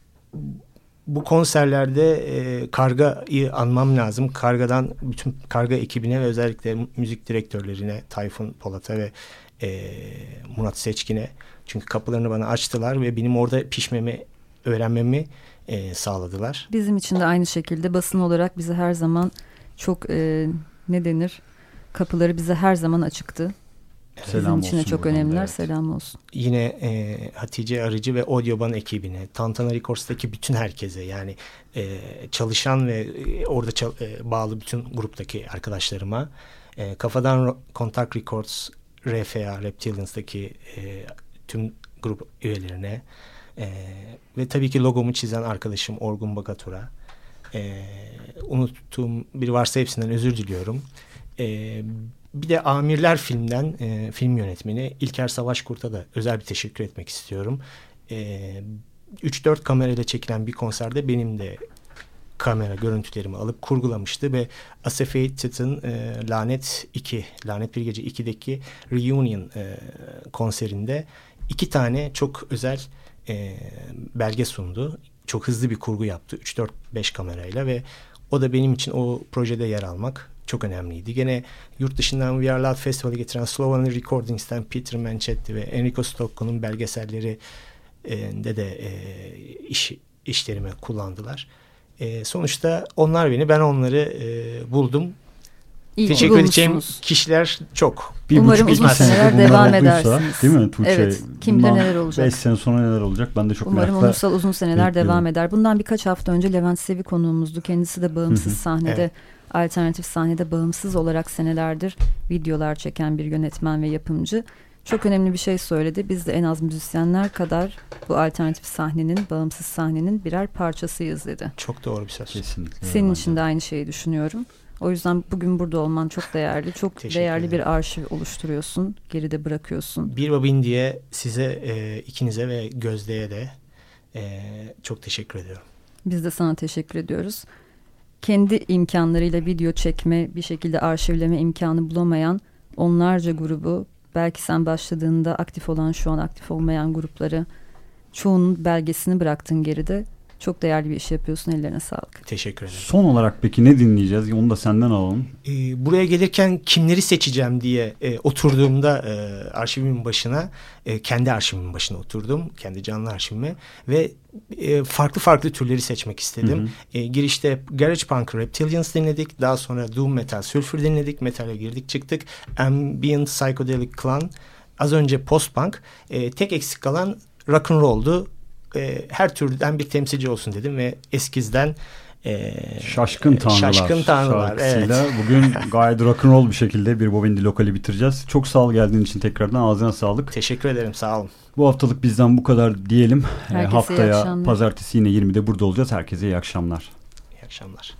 Bu konserlerde e, Karga'yı anmam lazım. Karga'dan bütün Karga ekibine ve özellikle müzik direktörlerine, Tayfun Polat'a ve e, Murat Seçkin'e. Çünkü kapılarını bana açtılar ve benim orada pişmemi, öğrenmemi e, sağladılar. Bizim için de aynı şekilde basın olarak bize her zaman çok e, ne denir? Kapıları bize her zaman açıktı. Selam Bizim için de çok önemliler. Evet. Selam olsun. Yine e, Hatice Arıcı ve Audioban ekibine, Tantana Records'taki bütün herkese, yani e, çalışan ve e, orada çal, e, bağlı bütün gruptaki arkadaşlarıma, e, Kafadan Contact Records, R F A, Reptilians'taki e, tüm grup üyelerine e, ve tabii ki logomu çizen arkadaşım Orgun Bagatur'a, e, unuttuğum biri varsa hepsinden özür diliyorum. E, Bir de Amirler filmden e, film yönetmeni İlker Savaşkurt'a da özel bir teşekkür etmek istiyorum. E, üç dört kamerayla çekilen bir konserde benim de kamera görüntülerimi alıp kurgulamıştı ve Asafeted'in e, Lanet iki, Lanet Bir Gece iki'deki Reunion e, konserinde iki tane çok özel e, belge sundu. Çok hızlı bir kurgu yaptı üç dört beş kamerayla ve o da benim için o projede yer almak çok önemliydi. Gene yurt dışından We Are Loud Festival'e getiren Slow and Recordings'ten Peter Manchetti ve Enrico Stocco'nun belgeselleri e, de de e, iş, işlerime kullandılar. E, sonuçta onlar beni, ben onları e, buldum. İyi Teşekkür edeceğim kişiler çok. Bir Umarım uzun seneler devam edersiniz. Değil mi Tuğçe? Evet. Kim bilir neler olacak. beş sene sonra neler olacak? Ben de çok Umarım merakla Onursal uzun seneler bekliyorum. Devam eder. Bundan birkaç hafta önce Levent Sevi konuğumuzdu. Kendisi de bağımsız Hı-hı. sahnede, evet. alternatif sahnede bağımsız olarak senelerdir videolar çeken bir yönetmen ve yapımcı. Çok önemli bir şey söyledi. Biz de en az müzisyenler kadar bu alternatif sahnenin, bağımsız sahnenin birer parçasıyız dedi. Çok doğru bir söz. Kesinlikle. Senin için de aynı şeyi düşünüyorum. O yüzden bugün burada olman çok değerli. Çok değerli bir arşiv oluşturuyorsun. Geride bırakıyorsun. Bir Baba Indie'ye, size, e, ikinize ve Gözde'ye de e, çok teşekkür ediyorum. Biz de sana teşekkür ediyoruz. Kendi imkanlarıyla video çekme, bir şekilde arşivleme imkanı bulamayan onlarca grubu, belki sen başladığında aktif olan, şu an aktif olmayan grupları, çoğunun belgesini bıraktın geride. Çok değerli bir iş yapıyorsun. Ellerine sağlık. Teşekkür ederim. Son olarak peki ne dinleyeceğiz? Onu da senden alalım. Ee, buraya gelirken kimleri seçeceğim diye e, oturduğumda e, arşivimin başına, e, kendi arşivimin başına oturdum. Kendi canlı arşivime ve e, farklı farklı türleri seçmek istedim. Hı hı. E, girişte Garage Punk Reptilians dinledik. Daha sonra Doom Metal Sulfur dinledik. Metal'e girdik çıktık. Ambient Psychedelic Clan. Az önce Post Punk. E, tek eksik kalan Rock and Roll'du. E, her türden bir temsilci olsun dedim ve eskizden e, Şaşkın Tanrılar, Şaşkın Tanrılar şarkısıyla evet. bugün gayet rock'n'roll bir şekilde bir Baba Indie Lokal'i bitireceğiz. Çok sağ ol geldiğin için, tekrardan ağzına sağlık. Teşekkür ederim, sağ olun. Bu haftalık bizden bu kadar diyelim. Herkese Haftaya pazartesi yine yirmide burada olacağız. Herkese iyi akşamlar. İyi akşamlar.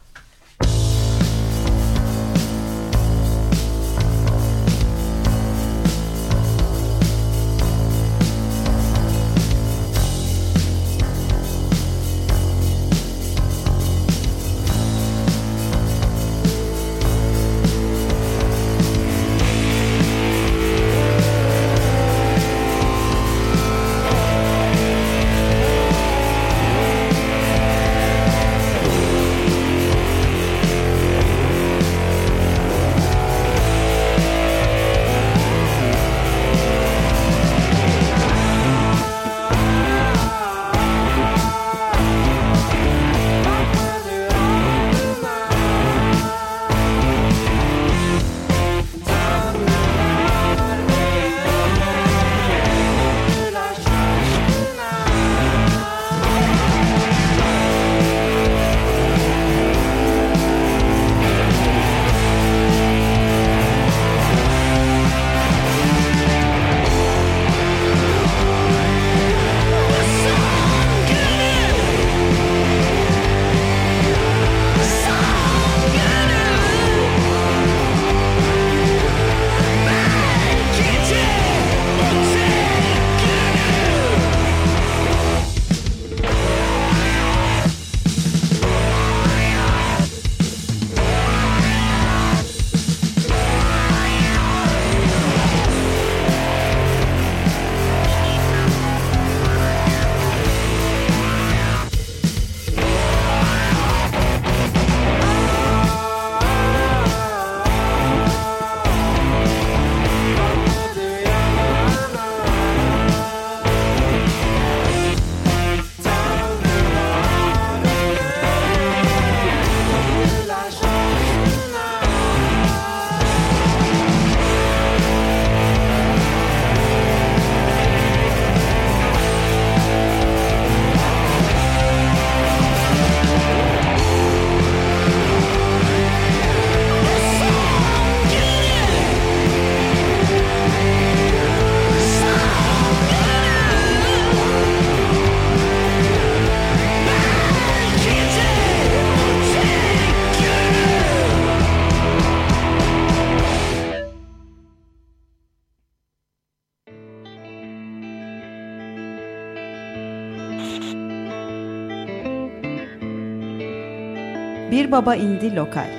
Bir Baba İndi Lokal.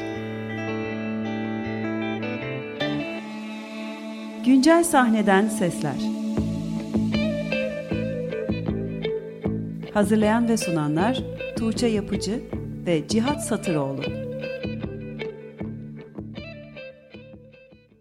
Güncel sahneden sesler. Hazırlayan ve sunanlar Tuğçe Yapıcı ve Cihat Satıroğlu.